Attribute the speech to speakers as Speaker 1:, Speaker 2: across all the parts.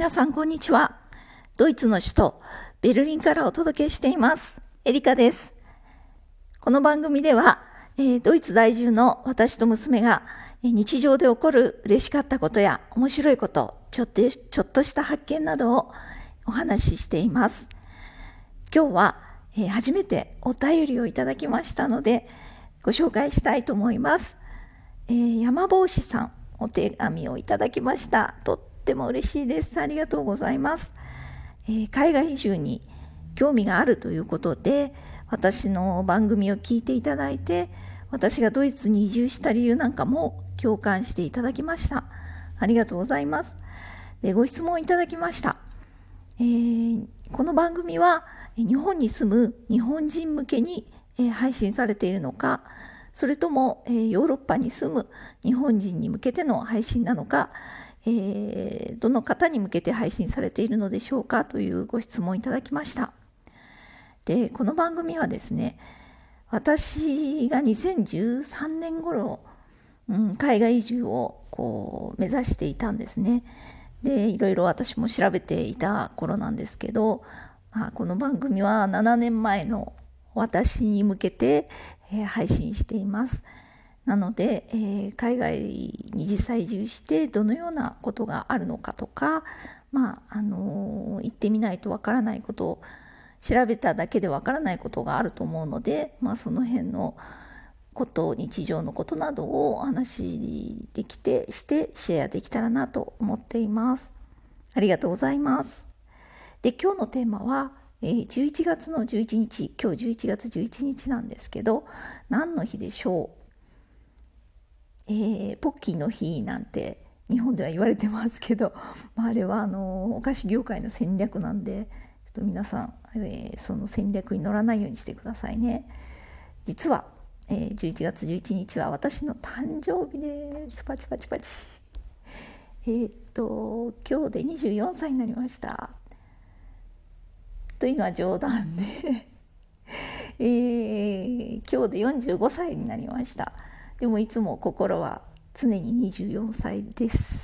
Speaker 1: 皆さんこんにちは。ドイツの首都ベルリンからお届けしていますエリカです。この番組では、ドイツ在住の私と娘が日常で起こる嬉しかったことや面白いこと、ちょっとした発見などをお話ししています。今日は、初めてお便りをいただきましたのでご紹介したいと思います。山帽子さん、お手紙をいただきました。とっても嬉しいです。ありがとうございます。海外移住に興味があるということで私の番組を聞いていただいて、私がドイツに移住した理由なんかも共感していただきました。ありがとうございます。で、ご質問いただきました。この番組は日本に住む日本人向けに配信されているのか、それともヨーロッパに住む日本人に向けての配信なのか、どの方に向けて配信されているのでしょうかというご質問いただきました。で、この番組はですね、私が2013年頃、海外移住を目指していたんですね。で、いろいろ私も調べていた頃なんですけど、この番組は7年前の私に向けて、配信しています。なので、海外に実際移住してどのようなことがあるのかとか、行ってみないとわからないことを、調べただけでわからないことがあると思うので、その辺のこと、日常のことなどをお話できてしてシェアできたらなと思っています。ありがとうございます。で、今日のテーマは11月の11日、今日11月11日なんですけど、何の日でしょう。ポッキーの日なんて日本では言われてますけど、あれはお菓子業界の戦略なんで、ちょっと皆さん、その戦略に乗らないようにしてくださいね。実は、11月11日は私の誕生日です。パチパチパチ。今日で24歳になりました。というのは冗談で、今日で45歳になりました。でもいつも心は常に24歳です。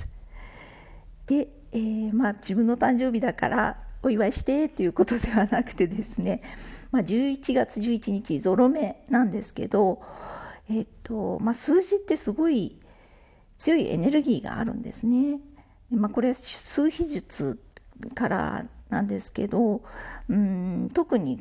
Speaker 1: で、自分の誕生日だからお祝いしてっていうことではなくてですね、11月11日ゾロ目なんですけど、数字ってすごい強いエネルギーがあるんですね。これ数比術からなんですけど、特に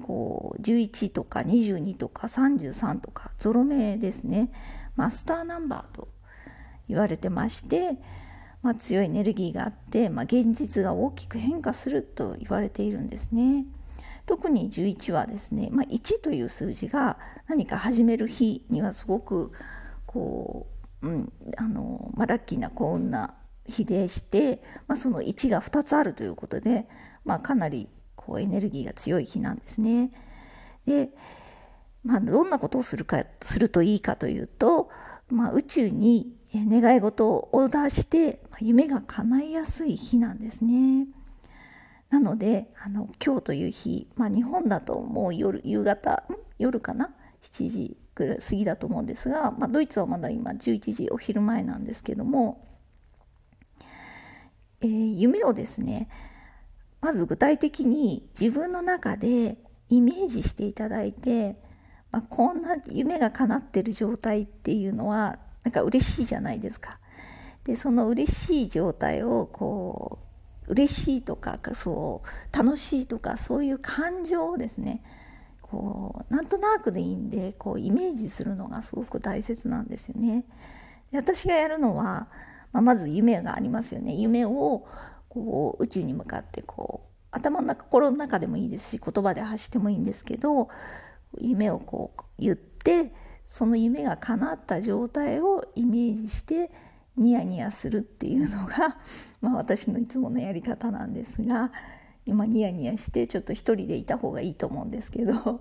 Speaker 1: 11とか22とか33とかゾロ目ですね、マスターナンバーと言われてまして、強いエネルギーがあって、現実が大きく変化すると言われているんですね。特に11はですね、1という数字が何か始める日にはすごくラッキーな幸運な日でして、その1が2つあるということで、かなりエネルギーが強い日なんですね。で、どんなことをするといいかというと、宇宙に願い事をオーダーして夢が叶いやすい日なんですね。なので今日という日、日本だともう夕方夜かな、7時ぐらい過ぎだと思うんですが、ドイツはまだ今11時お昼前なんですけども、夢をですね、まず具体的に自分の中でイメージしていただいて、こんな夢が叶ってる状態っていうのはなんか嬉しいじゃないですか。で、その嬉しい状態を嬉しいとか楽しいとかそういう感情をですね、なんとなくでいいんでイメージするのがすごく大切なんですよね。で、私がやるのは、まず夢がありますよね。夢を宇宙に向かって頭の中、心の中でもいいですし言葉で発してもいいんですけど、夢を言って、その夢が叶った状態をイメージしてニヤニヤするっていうのが、私のいつものやり方なんですが、今ニヤニヤしてちょっと一人でいた方がいいと思うんですけど、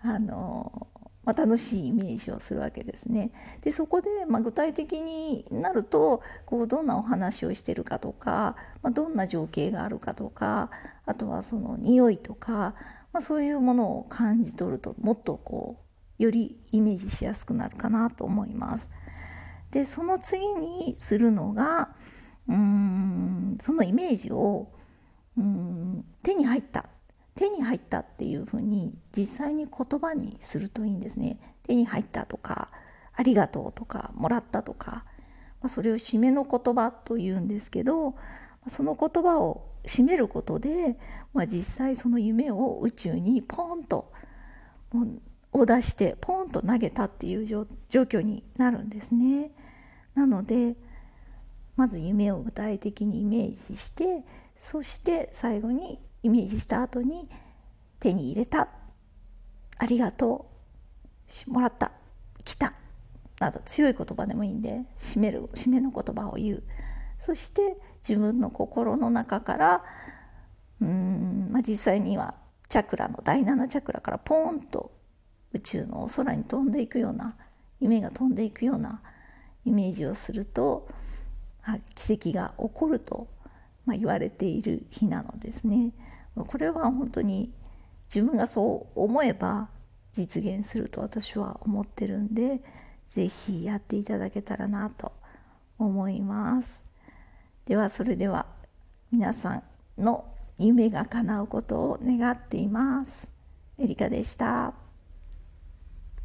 Speaker 1: 楽しいイメージをするわけですね。で、そこで具体的になるとどんなお話をしてるかとか、どんな情景があるかとか、あとはその匂いとか、そういうものを感じ取るともっとよりイメージしやすくなるかなと思います。で、その次にするのがそのイメージを手に入ったっていうふうに実際に言葉にするといいんですね。手に入ったとか、ありがとうとか、もらったとか、それを締めの言葉というんですけど、その言葉を締めることで、実際その夢を宇宙にポンと出してポンと投げたっていう状況になるんですね。なのでまず夢を具体的にイメージして、そして最後にイメージした後に手に入れた、ありがとう、もらった、来たなど強い言葉でもいいんで締めの言葉を言う。そして自分の心の中から実際にはチャクラの第7チャクラからポーンと宇宙のお空に飛んでいくような、夢が飛んでいくようなイメージをすると奇跡が起こると、言われている日なのですね。これは本当に自分がそう思えば実現すると私は思ってるんで、ぜひやっていただけたらなと思います。ではそれでは皆さんの夢が叶うことを願っています。エリカでした。